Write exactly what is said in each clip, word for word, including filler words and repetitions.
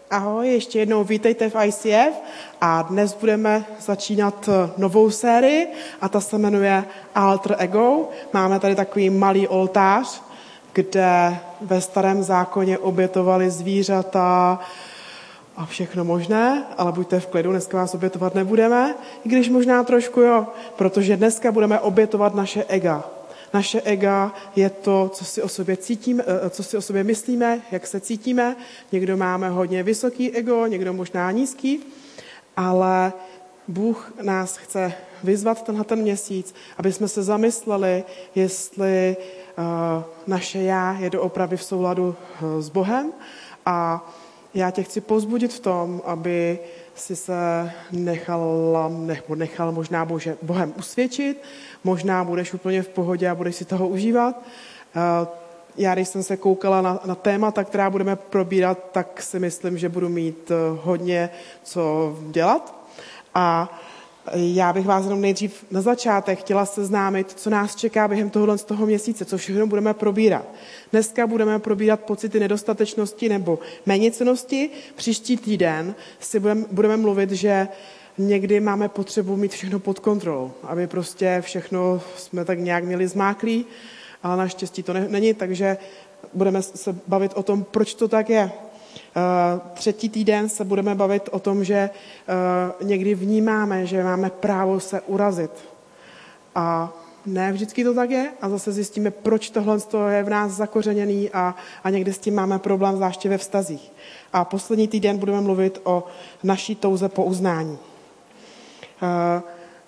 Ahoj, ještě jednou vítejte v I C F a dnes budeme začínat novou sérii a ta se jmenuje Alter Ego. Máme tady takový malý oltář, kde ve starém zákoně obětovali zvířata a všechno možné, ale buďte v klidu, dneska vás obětovat nebudeme, i když možná trošku jo, protože dneska budeme obětovat naše ega. Naše ega je to, co si o sobě cítíme, co si o sobě myslíme, jak se cítíme. Někdo máme hodně vysoký ego, někdo možná nízký, ale Bůh nás chce vyzvat tenhle ten měsíc, aby jsme se zamysleli, jestli uh, naše já je doopravdy v souladu uh, s Bohem. A já tě chci povzbudit v tom, aby si se nechala, nebo nechal možná Bože, Bohem usvědčit, možná budeš úplně v pohodě a budeš si toho užívat. Já, když jsem se koukala na, na témata, která budeme probírat, tak si myslím, že budu mít hodně co dělat. A já bych vás jenom nejdřív na začátek chtěla seznámit, co nás čeká během tohohle z toho měsíce, co všechno budeme probírat. Dneska budeme probírat pocity nedostatečnosti nebo méněcennosti. Příští týden si budeme, budeme mluvit, že někdy máme potřebu mít všechno pod kontrolou, aby prostě všechno jsme tak nějak měli zmáklý, ale naštěstí to ne, není, takže budeme se bavit o tom, proč to tak je. Uh, třetí týden se budeme bavit o tom, že uh, někdy vnímáme, že máme právo se urazit. A ne vždycky to tak je a zase zjistíme, proč tohle je v nás zakořeněný a, a někdy s tím máme problém, zvláště ve vztazích. A poslední týden budeme mluvit o naší touze po uznání. Uh,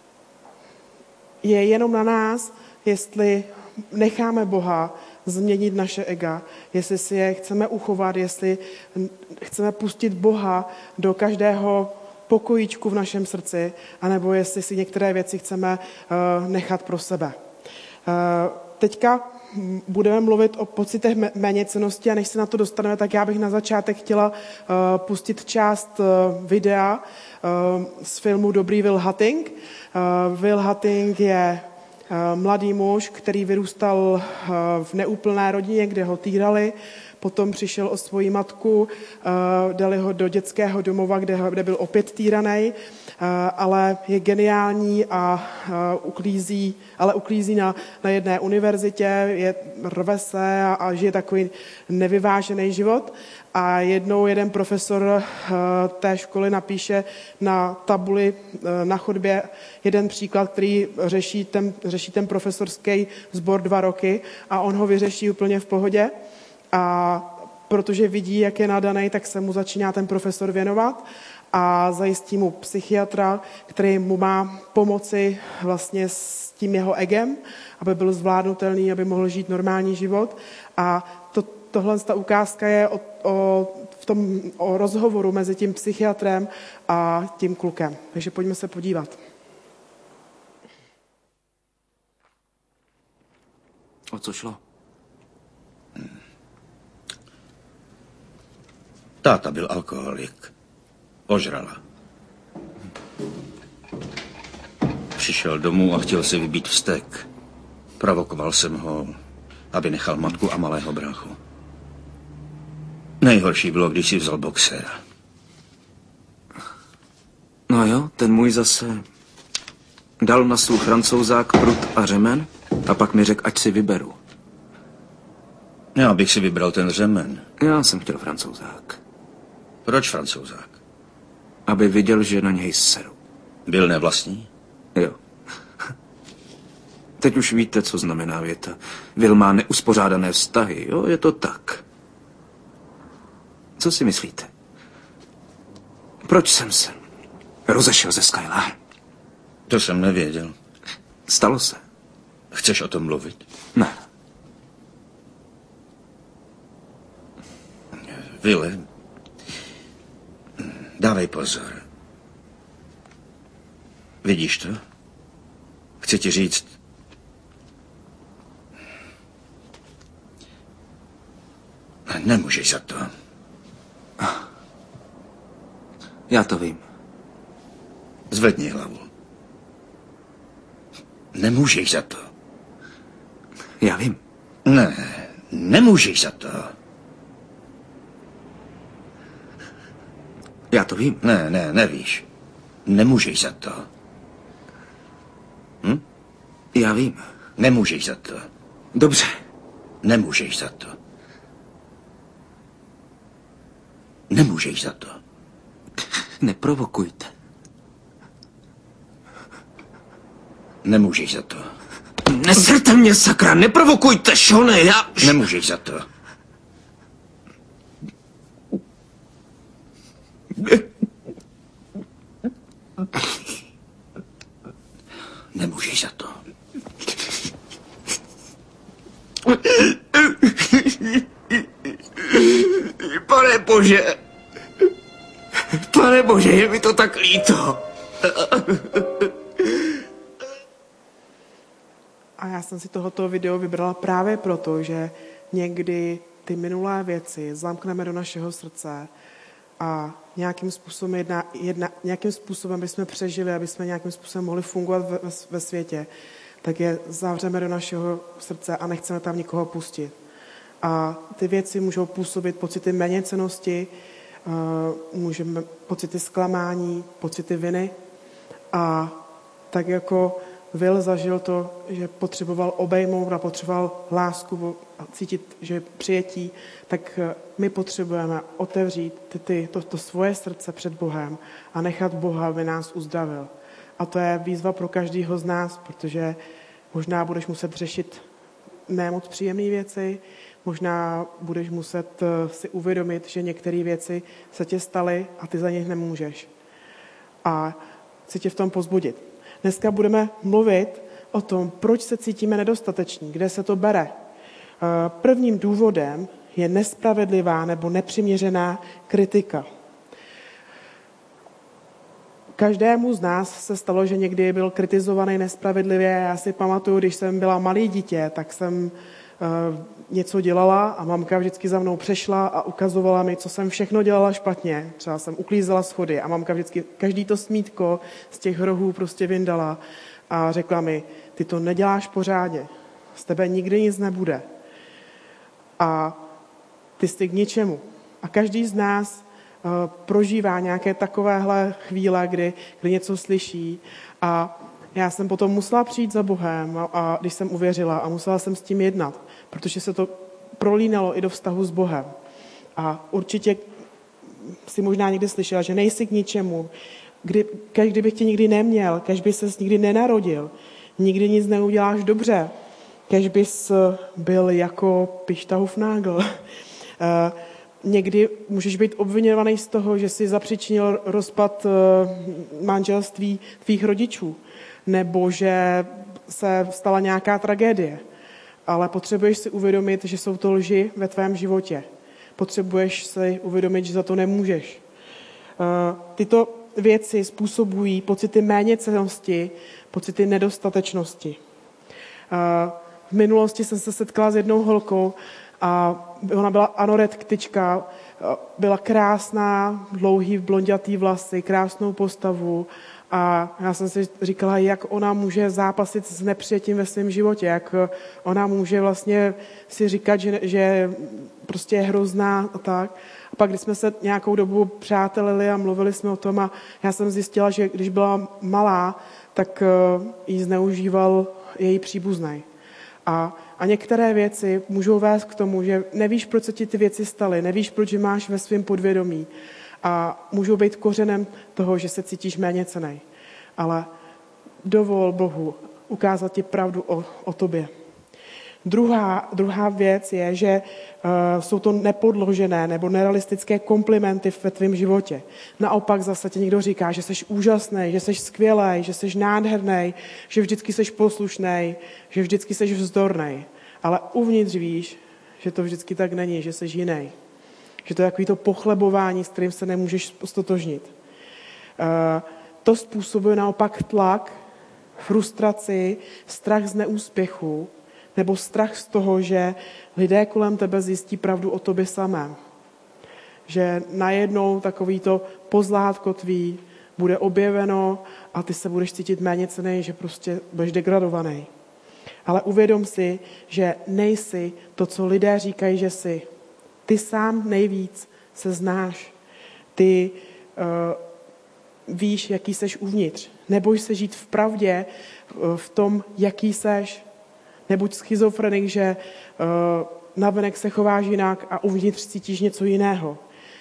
je jenom na nás, jestli necháme Boha změnit naše ega, jestli si je chceme uchovat, jestli chceme pustit Boha do každého pokojíčku v našem srdci, anebo jestli si některé věci chceme uh, nechat pro sebe. Uh, teďka budeme mluvit o pocitech méněcennosti a než se na to dostaneme, tak já bych na začátek chtěla uh, pustit část uh, videa uh, z filmu Dobrý Will Hunting. Uh, Will Hunting je mladý muž, který vyrůstal v neúplné rodině, kde ho týrali, potom přišel o svoji matku, dali ho do dětského domova, kde, kde byl opět týraný, ale je geniální a uklízí, ale uklízí na, na jedné univerzitě, je, rve se a, a žije takový nevyvážený život. A jednou jeden profesor té školy napíše na tabuli na chodbě jeden příklad, který řeší ten, řeší ten profesorský sbor dva roky a on ho vyřeší úplně v pohodě. A protože vidí, jak je nadaný, tak se mu začíná ten profesor věnovat a zajistí mu psychiatra, který mu má pomoci vlastně s tím jeho egem, aby byl zvládnutelný, aby mohl žít normální život. A to, tohle ta ukázka je o, o, v tom, o rozhovoru mezi tím psychiatrem a tím klukem. Takže pojďme se podívat. O co šlo? Táta byl alkoholik. Ožrala. Přišel domů a chtěl si vybít vztek. Provokoval jsem ho, aby nechal matku a malého bráchu. Nejhorší bylo, když si vzal boxera. No jo, ten můj zase dal na stůl francouzák, prut a řemen a pak mi řekl, ať si vyberu. Já bych si vybral ten řemen. Já jsem chtěl francouzák. Proč francouzák? Aby viděl, že na něj seru. Byl nevlastní? Jo. Teď už víte, co znamená věta. Will má neuspořádané vztahy, jo, je to tak. Co si myslíte? Proč jsem se rozešel ze Skylar? To jsem nevěděl. Stalo se. Chceš o tom mluvit? Ne. Wille, dávej pozor. Vidíš to? Chci ti říct... Nemůžeš za to. Já to vím. Zvedni hlavu. Nemůžeš za to. Já vím. Ne, nemůžeš za to. Já to vím. Ne, ne, nevíš. Nemůžeš za to. Hm? Já vím. Nemůžeš za to. Dobře. Nemůžeš za to. Nemůžeš za to. Neprovokujte. Nemůžeš za to. Nesrte mě, sakra, neprovokujte, Šone, já... Nemůžeš za to. Nemůžeš za to. Pane Bože. Pane Bože, je mi to tak líto. A já jsem si tohoto video vybrala právě proto, že někdy ty minulé věci zamkneme do našeho srdce a nějakým způsobem, jedna, jedna, nějakým způsobem bychom přežili, aby jsme nějakým způsobem mohli fungovat ve, ve světě, tak je zavřeme do našeho srdce a nechceme tam nikoho pustit. A ty věci můžou působit pocity méněcennosti, můžeme pocity zklamání, pocity viny. A tak jako Will zažil to, že potřeboval obejmout a potřeboval lásku a cítit, že přijetí, tak my potřebujeme otevřít ty, ty, to, to svoje srdce před Bohem a nechat Boha, aby nás uzdravil. A to je výzva pro každého z nás, protože možná budeš muset řešit nemoc příjemné věci, možná budeš muset si uvědomit, že některé věci se tě staly a ty za nich nemůžeš. A chci tě v tom povzbudit. Dneska budeme mluvit o tom, proč se cítíme nedostateční, kde se to bere. Prvním důvodem je nespravedlivá nebo nepřiměřená kritika. Každému z nás se stalo, že někdy byl kritizovaný nespravedlivě. Já si pamatuju, když jsem byla malý dítě, tak jsem uh, něco dělala a mamka vždycky za mnou přešla a ukazovala mi, co jsem všechno dělala špatně. Třeba jsem uklízela schody a mamka vždycky každý to smítko z těch rohů prostě vyndala a řekla mi, ty to neděláš pořádně, z tebe nikdy nic nebude. A ty jsi k ničemu. A každý z nás uh, prožívá nějaké takovéhle chvíle, kdy, kdy něco slyší. A já jsem potom musela přijít za Bohem, a, a když jsem uvěřila a musela jsem s tím jednat, protože se to prolínalo i do vztahu s Bohem. A určitě si možná někdy slyšela, že nejsi k ničemu, kdy, kež kdybych tě nikdy neměl, kež by ses nikdy nenarodil, nikdy nic neuděláš dobře, kež bys byl jako Pišta Hufnagel. Uh, někdy můžeš být obviňovaný z toho, že jsi zapříčinil rozpad uh, manželství tvých rodičů, nebo že se stala nějaká tragédie. Ale potřebuješ si uvědomit, že jsou to lži ve tvém životě. Potřebuješ si uvědomit, že za to nemůžeš. Uh, tyto věci způsobují pocity méněcennosti, pocity nedostatečnosti. Uh, v minulosti jsem se setkala s jednou holkou a ona byla anorektička, byla krásná, dlouhý blondětý vlasy, krásnou postavu a já jsem si říkala, jak ona může zápasit s nepřijetím ve svém životě, jak ona může vlastně si říkat, že, že prostě je hrozná a tak. A pak, když jsme se nějakou dobu přátelili a mluvili jsme o tom a já jsem zjistila, že když byla malá, tak ji zneužíval její příbuzný. A, a některé věci můžou vést k tomu, že nevíš, proč se ti ty věci staly, nevíš, proč je máš ve svém podvědomí a můžou být kořenem toho, že se cítíš méněcennej. Ale dovol Bohu ukázat ti pravdu o, o tobě. Druhá, druhá věc je, že uh, jsou to nepodložené nebo nerealistické komplimenty ve tvém životě. Naopak zase ti někdo říká, že jsi úžasný, že jsi skvělý, že jsi nádherný, že vždycky jsi poslušný, že vždycky jsi vzdorný. Ale uvnitř víš, že to vždycky tak není, že jsi jiný. Že to je takový to pochlebování, s kterým se nemůžeš stotožnit. Uh, to způsobuje naopak tlak, frustraci, strach z neúspěchu, nebo strach z toho, že lidé kolem tebe zjistí pravdu o tobě samém. Že najednou takovýto pozlátko tvý bude objeveno a ty se budeš cítit méněcennej, že prostě budeš degradovaný. Ale uvědom si, že nejsi to, co lidé říkají, že jsi. Ty sám nejvíc se znáš. Ty víš, jaký seš uvnitř. Neboj se žít v pravdě, v tom, jaký seš. Nebuď schizofrenik, že navenek se chováš jinak a uvnitř cítíš něco jiného.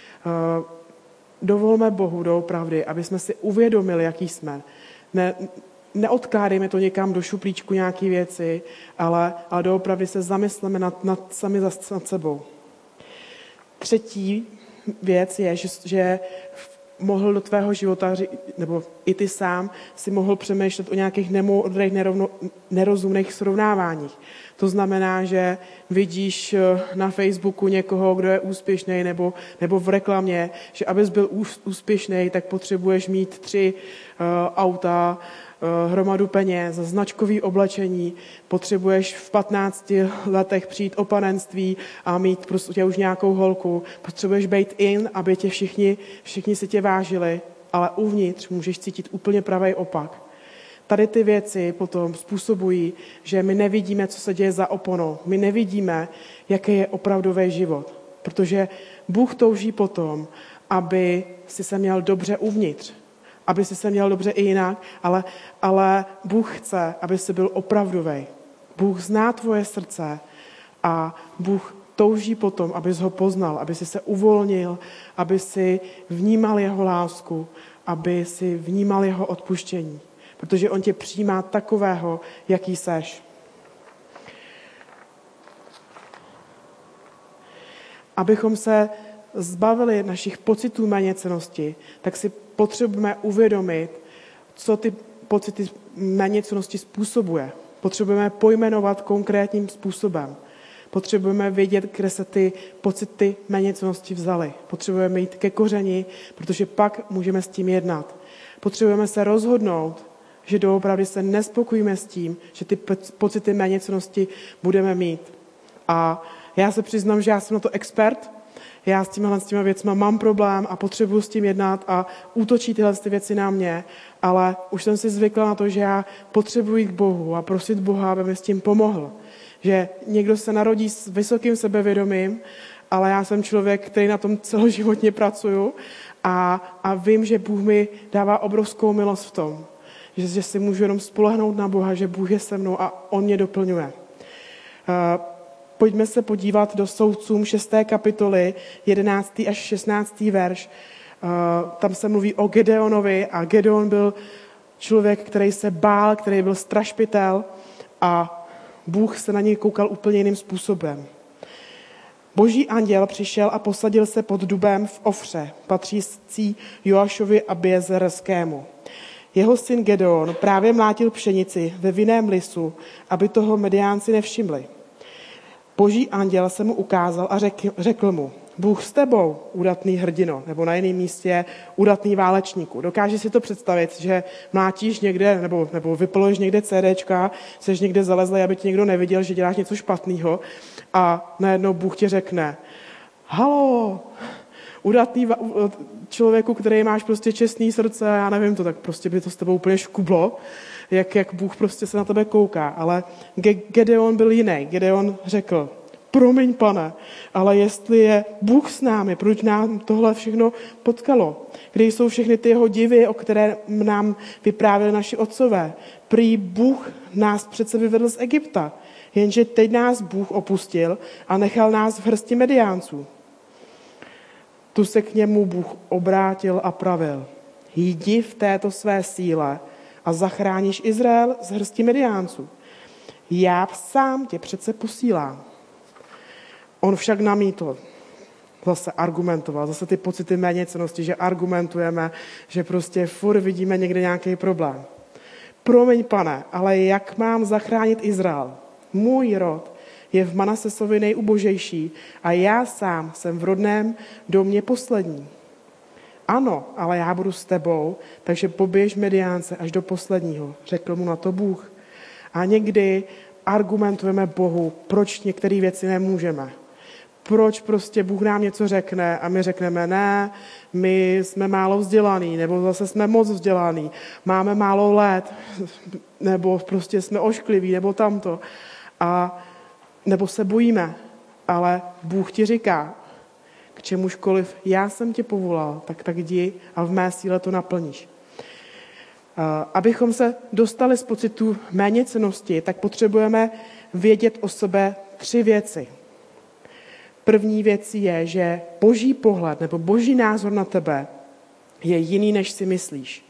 Dovolme Bohu doopravdy, aby jsme si uvědomili, jaký jsme. Ne, neodkládejme to někam do šuplíčku nějaké věci, ale, ale doopravdy se zamysleme nad, nad, sami nad sebou. Třetí věc je, že, že mohl do tvého života, nebo i ty sám, si mohl přemýšlet o nějakých nemoudrých, nerovno, nerozumných srovnáváních. To znamená, že vidíš na Facebooku někoho, kdo je úspěšný, nebo, nebo v reklamě, že abys byl úspěšný, tak potřebuješ mít tři uh, auta, uh, hromadu peněz, značkový oblečení, potřebuješ v patnácti letech přijít o panenství a mít prostě už nějakou holku, potřebuješ být in, aby tě všichni, všichni si tě vážili, ale uvnitř můžeš cítit úplně pravý opak. Tady ty věci potom způsobují, že my nevidíme, co se děje za oponou. My nevidíme, jaký je opravdový život. Protože Bůh touží potom, aby si se měl dobře uvnitř. Aby si se měl dobře i jinak, ale, ale Bůh chce, aby si byl opravdový. Bůh zná tvoje srdce a Bůh touží potom, abys ho poznal, aby si se uvolnil, aby si vnímal jeho lásku, aby si vnímal jeho odpuštění. Protože on tě přijímá takového, jaký seš. Abychom se zbavili našich pocitů méněcennosti, tak si potřebujeme uvědomit, co ty pocity méněcennosti způsobuje. Potřebujeme pojmenovat konkrétním způsobem. Potřebujeme vědět, kde se ty pocity méněcennosti vzaly. Potřebujeme jít ke kořeni, protože pak můžeme s tím jednat. Potřebujeme se rozhodnout, že doopravdy se nespokojíme s tím, že ty pocity méněcennosti budeme mít. A já se přiznám, že já jsem na to expert, já s tímhle s těma věcma mám problém a potřebuji s tím jednat a útočí tyhle ty věci na mě, ale už jsem si zvykla na to, že já potřebuji jít k Bohu a prosit Boha, aby mi s tím pomohl. Že někdo se narodí s vysokým sebevědomím, ale já jsem člověk, který na tom celoživotně pracuju a, a vím, že Bůh mi dává obrovskou milost v tom, že, že si můžu jenom spolehnout na Boha, že Bůh je se mnou a on mě doplňuje. Uh, pojďme se podívat do Soudcům šesté kapitoly, jedenáctý až šestnáctý verš. Uh, tam se mluví o Gedeonovi a Gedeon byl člověk, který se bál, který byl strašpitel a Bůh se na něj koukal úplně jiným způsobem. Boží anděl přišel a posadil se pod dubem v Ofře, patřící Joašovi a Biezerskému. Jeho syn Gedeon právě mlátil pšenici ve vinném lisu, aby toho Midiánci nevšimli. Boží anděl se mu ukázal a řekl, řekl mu, Bůh s tebou, udatný hrdino, nebo na jiném místě udatný válečníku. Dokážeš si to představit, že mlátíš někde, nebo, nebo vypaluješ někde CDčka, seš někde zalezlej, aby tě někdo neviděl, že děláš něco špatného a najednou Bůh ti řekne, halo, udatný člověku, který máš prostě čestný srdce, já nevím to, tak prostě by to s tebou úplně škublo, jak, jak Bůh prostě se na tebe kouká. Ale Gedeon byl jiný. Gedeon řekl, promiň, pane, ale jestli je Bůh s námi, proč nám tohle všechno potkalo? Kde jsou všechny ty jeho divy, o které nám vyprávěli naši otcové? Prý Bůh nás přece vyvedl z Egypta, jenže teď nás Bůh opustil a nechal nás v hrsti Mediánců. Tu se k němu Bůh obrátil a pravil, jdi v této své síle a zachráníš Izrael z hrsti Mediánců. Já sám tě přece posílám. On však namítl, zase argumentoval, zase ty pocity méněcennosti, že argumentujeme, že prostě furt vidíme někde nějaký problém. Promiň, pane, ale jak mám zachránit Izrael? Můj rod je v Manasesovi nejubožejší a já sám jsem v rodném domě poslední. Ano, ale já budu s tebou, takže poběž Mediánce až do posledního, řekl mu na to Bůh. A někdy argumentujeme Bohu, proč některé věci nemůžeme. Proč prostě Bůh nám něco řekne a my řekneme ne, my jsme málo vzdělaný, nebo zase jsme moc vzdělaný, máme málo let, nebo prostě jsme oškliví, nebo tamto. A nebo se bojíme, ale Bůh ti říká, k čemužkoliv já jsem tě povolal, tak tak jdi a v mé síle to naplníš. Abychom se dostali z pocitu méněcennosti, tak potřebujeme vědět o sobě tři věci. První věc je, že boží pohled nebo boží názor na tebe je jiný, než si myslíš.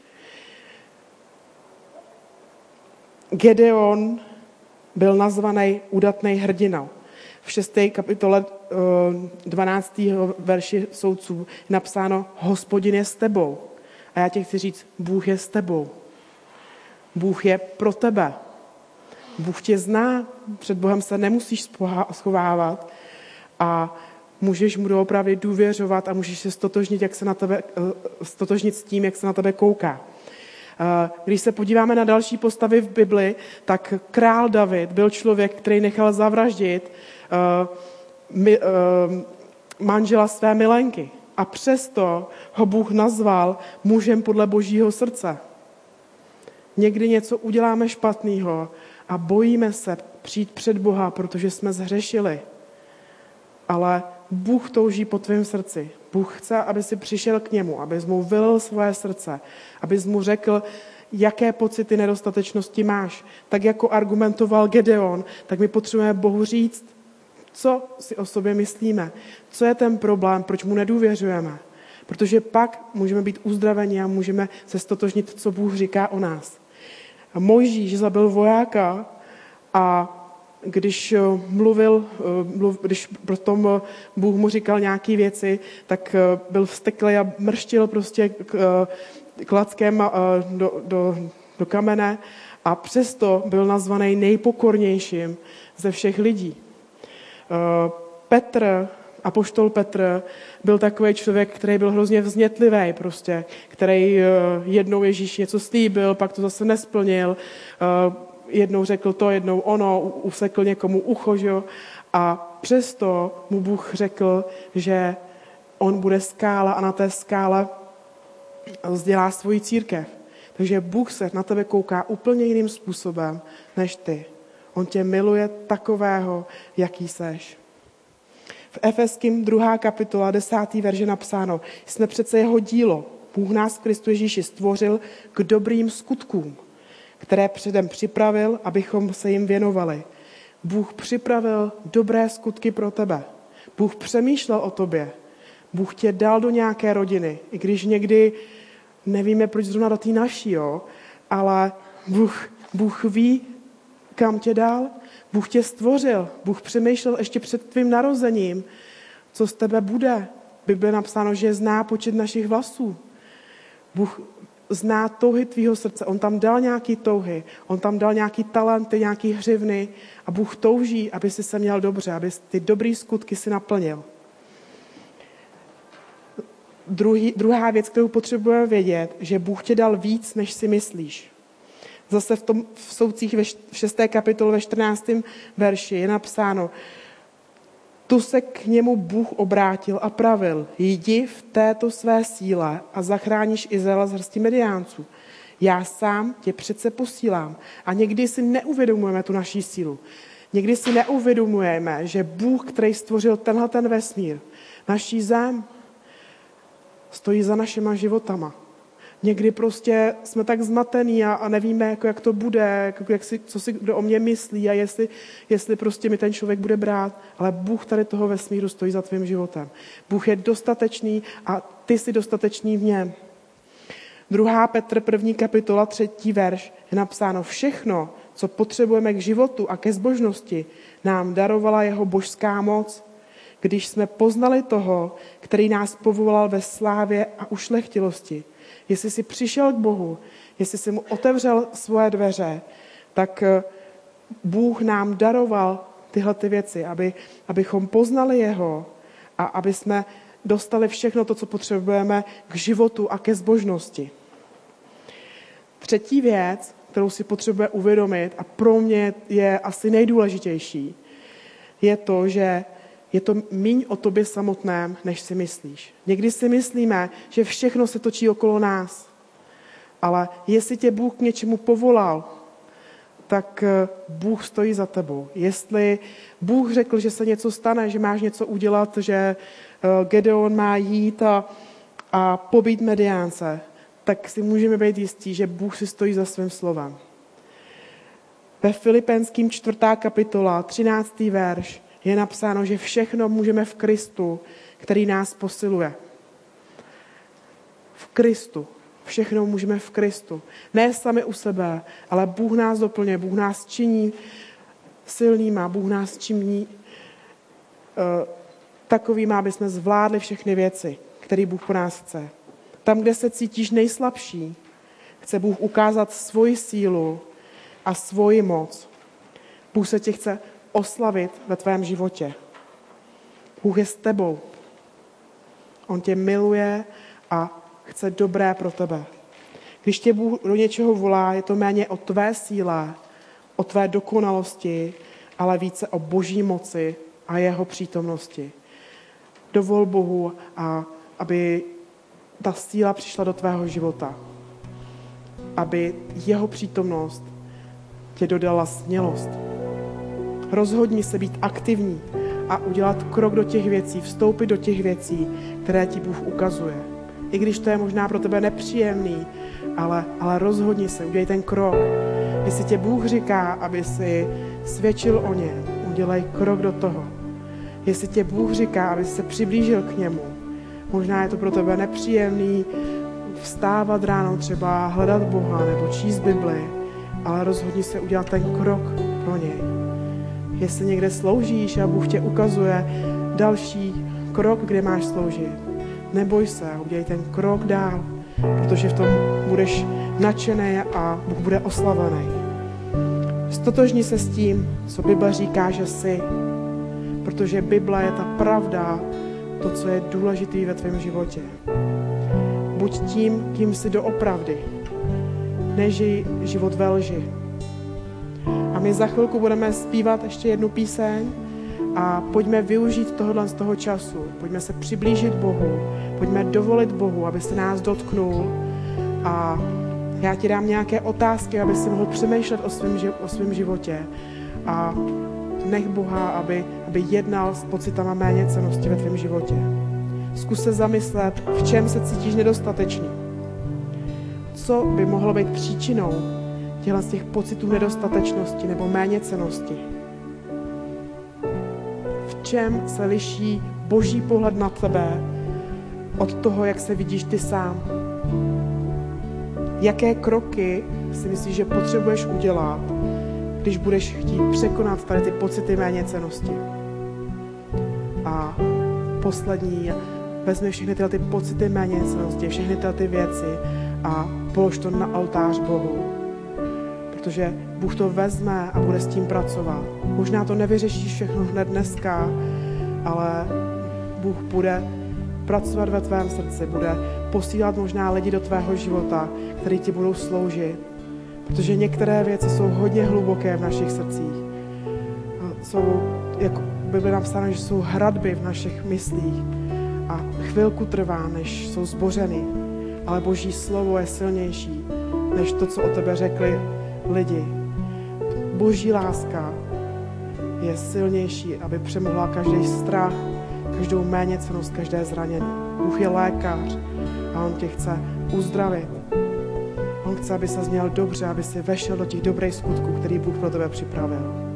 Gedeon byl nazvaný udatný hrdinou. V šesté kapitole dvanáctého verši soudců je napsáno Hospodin je s tebou. A já tě chci říct, Bůh je s tebou. Bůh je pro tebe. Bůh tě zná, před Bohem se nemusíš schovávat a můžeš mu doopravdy důvěřovat a můžeš se stotožnit, jak se na tebe, stotožnit s tím, jak se na tebe kouká. Když se podíváme na další postavy v Bibli, tak král David byl člověk, který nechal zavraždit manžela své milenky. A přesto ho Bůh nazval mužem podle božího srdce. Někdy něco uděláme špatného a bojíme se přijít před Boha, protože jsme zhřešili. Ale Bůh touží po tvém srdci. Bůh chce, aby si přišel k němu, abys mu vylil svoje srdce, abys mu řekl, jaké pocity nedostatečnosti máš. Tak jako argumentoval Gedeon, tak my potřebujeme Bohu říct, co si o sobě myslíme, co je ten problém, proč mu nedůvěřujeme. Protože pak můžeme být uzdraveni a můžeme se stotožnit, co Bůh říká o nás. A Mojžíš zabil vojáka a když mluvil, když potom Bůh mu říkal nějaké věci, tak byl vzteklý a mrštil prostě klackem do, do, do kamene a přesto byl nazvaný nejpokornějším ze všech lidí. Petr, apoštol Petr, byl takový člověk, který byl hrozně vznětlivý prostě, který jednou Ježíš něco slíbil, pak to zase nesplnil, jednou řekl to, jednou ono, usekl někomu ucho, že? A přesto mu Bůh řekl, že on bude skála a na té skále vzdělá svoji církev. Takže Bůh se na tebe kouká úplně jiným způsobem než ty. On tě miluje takového, jaký seš. V Efeským druhá kapitola, desátý verš je napsáno, jsme přece jeho dílo. Bůh nás v Kristu Ježíši stvořil k dobrým skutkům, které předem připravil, abychom se jim věnovali. Bůh připravil dobré skutky pro tebe. Bůh přemýšlel o tobě. Bůh tě dal do nějaké rodiny, i když někdy nevíme, proč zrovna do té naší, jo? Ale Bůh, Bůh ví, kam tě dal. Bůh tě stvořil. Bůh přemýšlel ještě před tvým narozením, co z tebe bude. V Bibli je napsáno, že zná počet našich vlasů. Bůh zná touhy tvýho srdce. On tam dal nějaký touhy, on tam dal nějaký talenty, nějaký hřivny a Bůh touží, aby si se měl dobře, aby ty dobrý skutky si naplnil. Druhý, druhá věc, kterou potřebujeme vědět, že Bůh tě dal víc, než si myslíš. Zase v, tom, v Soudcích ve šesté kapitole ve čtrnáctém verši je napsáno, tu se k němu Bůh obrátil a pravil, jdi v této své síle a zachráníš Izraela z hrsti Midiánců. Já sám tě přece posílám. A někdy si neuvědomujeme tu naší sílu. Někdy si neuvědomujeme, že Bůh, který stvořil tenhle ten vesmír, naší zem, stojí za našima životama. Někdy prostě jsme tak zmatení a, a nevíme, jako jak to bude, jako jak si, co si kdo o mě myslí a jestli, jestli prostě mi ten člověk bude brát. Ale Bůh tady toho vesmíru stojí za tvým životem. Bůh je dostatečný a ty jsi dostatečný v něm. Druhá Petr, první kapitola, třetí verš je napsáno všechno, co potřebujeme k životu a ke zbožnosti, nám darovala jeho božská moc, když jsme poznali toho, který nás povolal ve slávě a ušlechtilosti. Jestli jsi přišel k Bohu, jestli jsi mu otevřel svoje dveře, tak Bůh nám daroval tyhle ty věci, aby, abychom poznali jeho a aby jsme dostali všechno to, co potřebujeme k životu a ke zbožnosti. Třetí věc, kterou si potřebuje uvědomit a pro mě je asi nejdůležitější, je to, že je to míň o tobě samotném, než si myslíš. Někdy si myslíme, že všechno se točí okolo nás. Ale jestli tě Bůh k něčemu povolal, tak Bůh stojí za tebou. Jestli Bůh řekl, že se něco stane, že máš něco udělat, že Gedeon má jít a, a pobít Mediánce, tak si můžeme být jistí, že Bůh si stojí za svým slovem. Ve Filipenským čtvrtá kapitola, třináctý verš, je napsáno, že všechno můžeme v Kristu, který nás posiluje. V Kristu. Všechno můžeme v Kristu. Ne sami u sebe, ale Bůh nás doplňuje, Bůh nás činí silnýma, Bůh nás činí uh, takovýma, aby jsme zvládli všechny věci, které Bůh po nás chce. Tam, kde se cítíš nejslabší, chce Bůh ukázat svoji sílu a svoji moc. Bůh se tě chce oslavit ve tvém životě. Bůh je s tebou. On tě miluje a chce dobré pro tebe. Když tě Bůh do něčeho volá, je to méně o tvé síle, o tvé dokonalosti, ale více o Boží moci a jeho přítomnosti. Dovol Bohu, a aby ta síla přišla do tvého života. Aby jeho přítomnost tě dodala smělost. Rozhodni se být aktivní a udělat krok do těch věcí, vstoupit do těch věcí, které ti Bůh ukazuje. I když to je možná pro tebe nepříjemný, ale, ale rozhodni se, udělej ten krok. Jestli tě Bůh říká, aby si svědčil o něm, udělej krok do toho. Jestli tě Bůh říká, aby se přiblížil k němu, možná je to pro tebe nepříjemný vstávat ráno třeba, hledat Boha nebo číst Bibli, ale rozhodni se udělat ten krok pro něj. Jestli někde sloužíš a Bůh tě ukazuje další krok, kde máš sloužit, neboj se, udělej ten krok dál, protože v tom budeš nadšený a Bůh bude oslavený. Stotožni se s tím, co Bible říká, že jsi, protože Bible je ta pravda, to, co je důležité ve tvém životě. Buď tím, kým jsi doopravdy. Nežij život ve lži. A my za chvilku budeme zpívat ještě jednu píseň a pojďme využít tohohle z toho času. Pojďme se přiblížit Bohu. Pojďme dovolit Bohu, aby se nás dotknul. A já ti dám nějaké otázky, aby si mohl přemýšlet o svém, o svém životě. A nech Boha, aby, aby jednal s pocitama méněcennosti ve tvém životě. Zkus se zamyslet, v čem se cítíš nedostatečný. Co by mohlo být příčinou těchto z těch pocitů nedostatečnosti nebo méněcennosti. V čem se liší Boží pohled na tebe od toho, jak se vidíš ty sám. Jaké kroky si myslíš, že potřebuješ udělat, když budeš chtít překonat tady ty pocity méněcennosti. A poslední, vezmi všechny tyhle ty pocity méněcennosti, všechny tyhle ty věci a polož to na oltář Bohu. Protože Bůh to vezme a bude s tím pracovat. Možná to nevyřešíš všechno hned dneska, ale Bůh bude pracovat ve tvém srdci, bude posílat možná lidi do tvého života, kteří ti budou sloužit. Protože některé věci jsou hodně hluboké v našich srdcích. Jsou, jako Bible napsáno, že jsou hradby v našich myslích a chvilku trvá, než jsou zbořeny. Ale Boží slovo je silnější, než to, co o tebe řekli lidi. Boží láska je silnější, aby přemohla každý strach, každou méněcennost, každé zranění. Bůh je lékař a on tě chce uzdravit. On chce, aby se měl dobře, aby si vešel do těch dobrých skutků, který Bůh pro tebe připravil.